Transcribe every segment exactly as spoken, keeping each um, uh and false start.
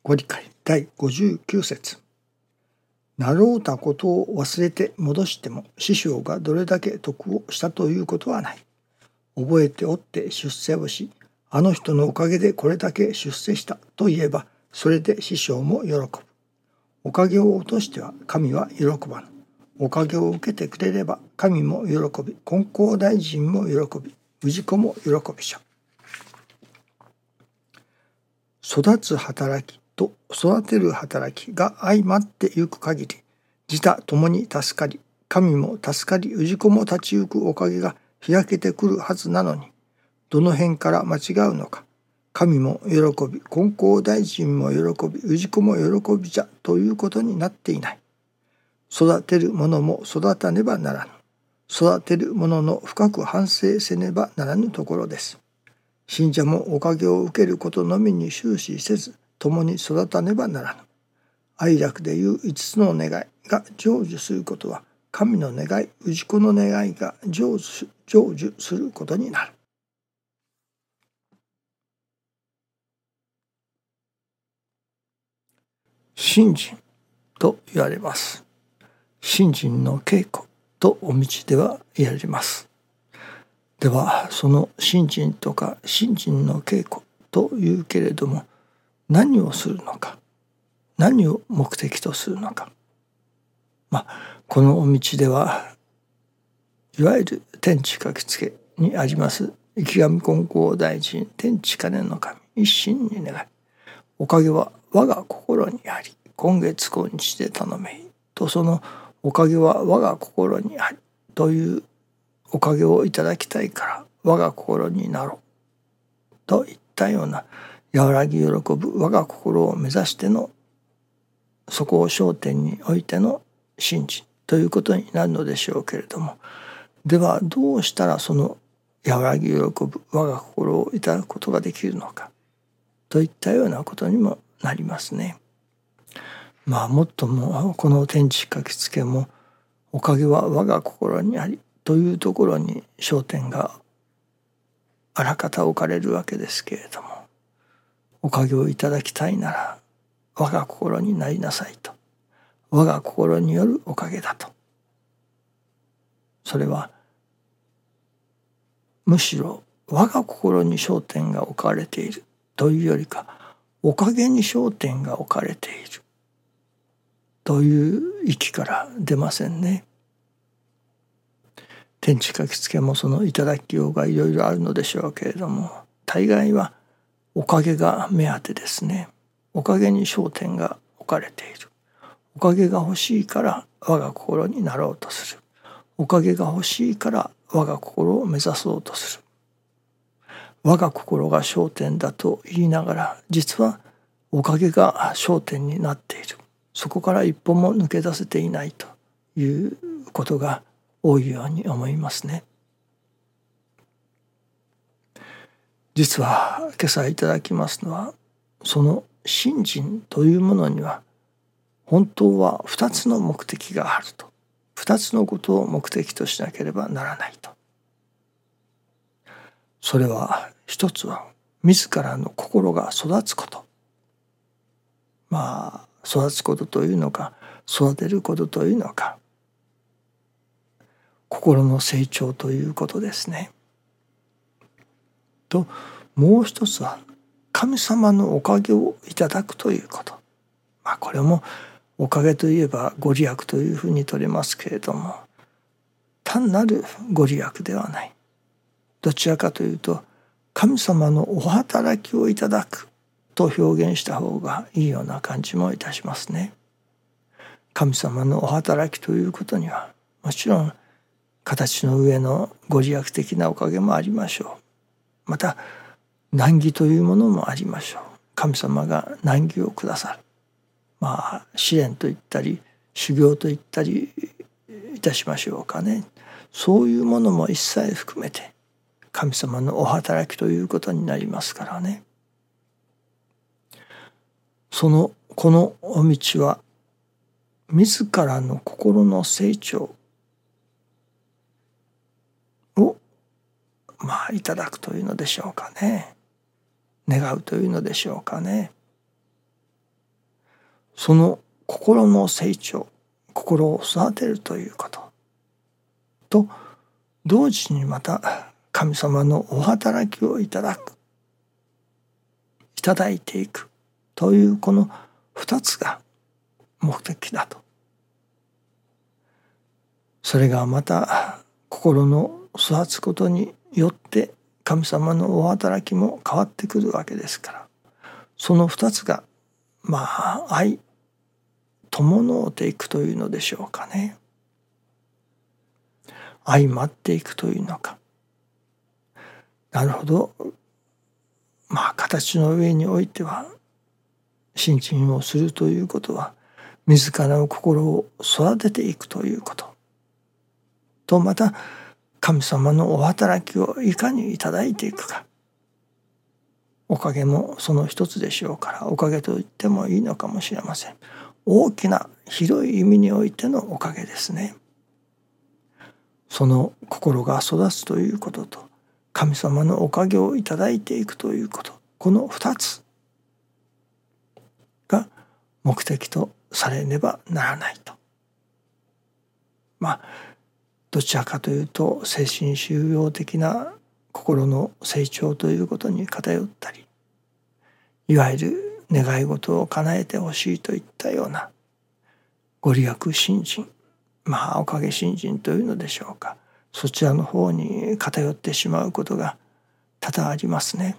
ご理解だいごじゅうきゅう節。なろうたことを忘れて戻しても師匠がどれだけ得をしたということはない。覚えておって出世をし、あの人のおかげでこれだけ出世したと言えば、それで師匠も喜ぶ。おかげを落としては神は喜ばぬ。おかげを受けてくれれば神も喜び、金光大臣も喜び、氏子も喜びしゃ。育つ働きと育てる働きが相まってゆく限り、自他共に助かり、神も助かり、氏子も立ち行くおかげが開けてくるはずなのに、どの辺から間違うのか。神も喜び、金光大臣も喜び、氏子も喜びじゃということになっていない。育てる者も育たねばならぬ。育てる者の深く反省せねばならぬところです。信者もおかげを受けることのみに終始せず、共に育たねばならぬ。哀楽でいう五つの願いが成就することは、神の願い、氏子の願いが成就、成就することになる。信心と言われます。信心の稽古とお道では言われます。では、その信心とか信心の稽古というけれども、何をするのか、何を目的とするのか。まあ、このお道ではいわゆる天地書きつけにあります池上金光大臣天地金の神一心に願い、おかげは我が心にあり、今月今日で頼めいと、そのおかげは我が心にありというおかげをいただきたいから我が心になろうといったような和らぎ喜ぶ我が心を目指しての、そこを焦点においての信心ということになるのでしょうけれども、ではどうしたらその和らぎ喜ぶ我が心をいただくことができるのかといったようなことにもなりますね。まあもっともこの天地書きつけも、おかげは我が心にありというところに焦点があらかた置かれるわけですけれども、おかげをいただきたいなら我が心になりなさいと、我が心によるおかげだと。それはむしろ我が心に焦点が置かれているというよりか、おかげに焦点が置かれているという域から出ませんね。天地書きつけもその頂きようがいろいろあるのでしょうけれども、大概はおかげが目当てですね。おかげに焦点が置かれている。おかげが欲しいから我が心になろうとする。おかげが欲しいから我が心を目指そうとする。我が心が焦点だと言いながら、実はおかげが焦点になっている。そこから一歩も抜け出せていないということが多いように思いますね。実は今朝いただきますのは、その信心というものには本当は二つの目的があると。二つのことを目的としなければならないと。それは一つは自らの心が育つこと。まあ育つことというのか、育てることというのか、心の成長ということですね。と、もう一つは神様のおかげをいただくということ。まあこれもおかげといえばご利益というふうに取れますけれども、単なるご利益ではない。どちらかというと、神様のお働きをいただくと表現した方がいいような感じもいたしますね。神様のお働きということには、もちろん形の上のご利益的なおかげもありましょう。また難儀というものもありましょう。神様が難儀をくださる。まあ試練と言ったり修行と言ったりいたしましょうかね。そういうものも一切含めて神様のお働きということになりますからね。そのこのお道は自らの心の成長をまあいただくというのでしょうかね。願うというのでしょうかね。 その心の成長、心を育てるということと同時に、また神様のお働きをいただく、いただいていくというこの二つが目的だと。それがまた心の育つことによって神様のお働きも変わってくるわけですから、その二つがまあ愛伴うていくというのでしょうかね。相まっていくというのか。なるほど。まあ形の上においては信心をするということは自らの心を育てていくということと、また神様のお働きをいかにいただいていくか、おかげもその一つでしょうから、おかげと言ってもいいのかもしれません。大きな広い意味においてのおかげですね。その心が育つということと神様のおかげをいただいていくということ、この二つが目的とされねばならないと。まあどちらかというと精神修養的な心の成長ということに偏ったり、いわゆる願い事を叶えてほしいといったようなご利益信心、まあおかげ信心というのでしょうか、そちらの方に偏ってしまうことが多々ありますね。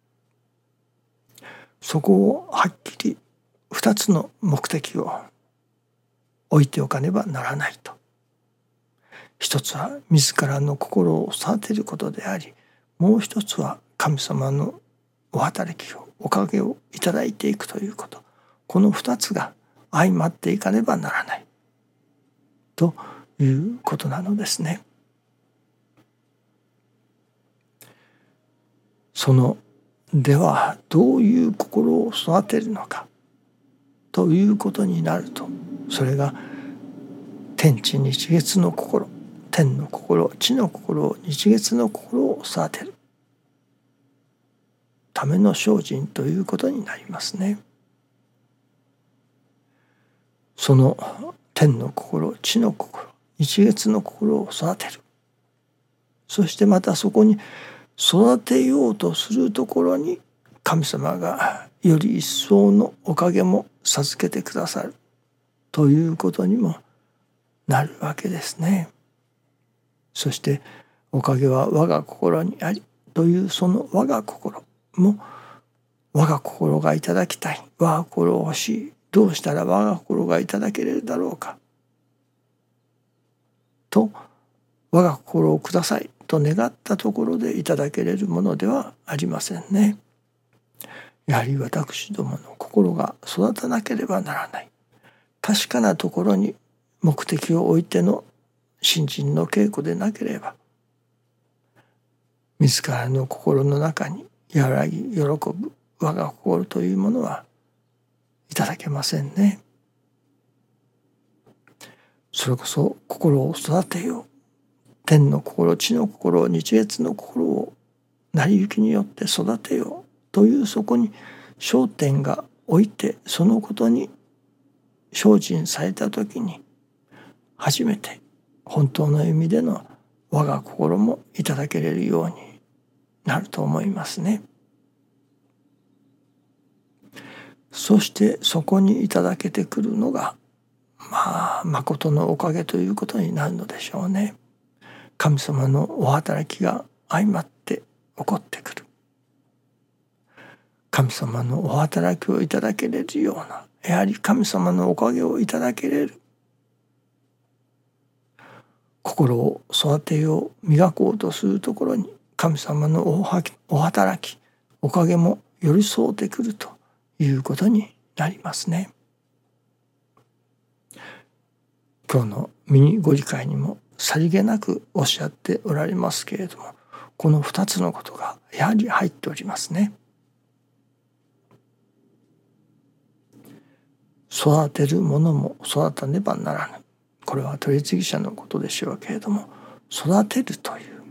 そこをはっきり二つの目的を置いておかねばならないと。一つは自らの心を育てることであり、もう一つは神様のお働きを、おかげをいただいていくということ、この二つが相まっていかねばならないということなのですね。そのではどういう心を育てるのかということになると、それが天地日月の心、天の心、地の心、日月の心を育てるための精進ということになりますね。その天の心、地の心、日月の心を育てる。そしてまたそこに育てようとするところに神様がより一層のおかげも授けてくださるということにもなるわけですね。そしておかげは我が心にありというその我が心も、我が心がいただきたい、我が心を欲しい、どうしたら我が心がいただけれるだろうかと、我が心をくださいと願ったところでいただけれるものではありませんね。やはり私どもの心が育たなければならない、確かなところに目的を置いての信心の稽古でなければ、自らの心の中に和らぎ喜ぶ我が心というものはいただけませんね。それこそ心を育てよう、天の心、地の心、日月の心を成り行きによって育てようという、そこに焦点が置いてそのことに精進された時に初めて本当の意味での我が心もいただけれるようになると思いますね。そしてそこにいただけてくるのがまあ誠のおかげということになるのでしょうね。神様のお働きが相まって起こってくる、神様のお働きをいただけれるような、やはり神様のおかげをいただけれる心を育てよう、磨こうとするところに神様のお働き、おかげも寄り添うてくるということになりますね。今日のミニご理解にもさりげなくおっしゃっておられますけれども、この二つのことがやはり入っておりますね。育てるものも育たねばならぬ、これは取り次ぎ者のことでしょうけれども、育てるという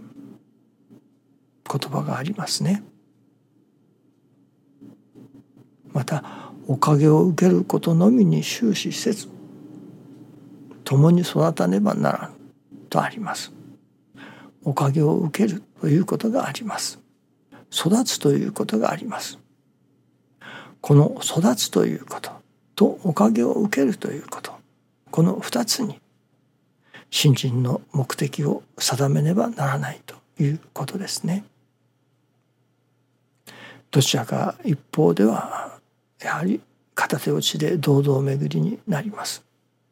言葉がありますね。またおかげを受けることのみに終始せず、共に育たねばならんとあります。おかげを受けるということがあります。育つということがあります。この育つということとおかげを受けるということ、この二つに信心の目的を定めねばならないということですね。どちらか一方ではやはり片手落ちで堂々巡りになります。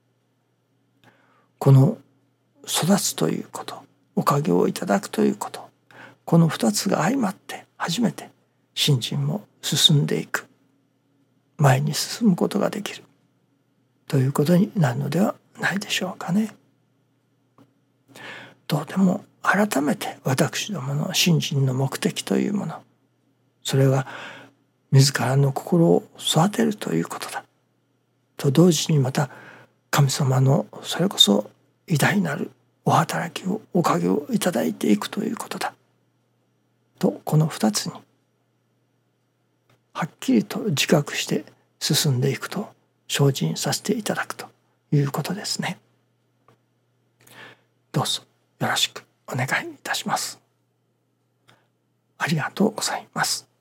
この育つということ、おかげをいただくということ、この二つが相まって初めて信心も進んでいく、前に進むことができるということになるのではないでしょうかね。どうでも改めて私どもの信心の目的というもの、それは自らの心を育てるということだと同時に、また神様のそれこそ偉大なるお働きをおかげをいただいていくということだと、この二つにはっきりと自覚して進んでいくと精進させていただくということですね。どうぞよろしくお願いいたします。ありがとうございます。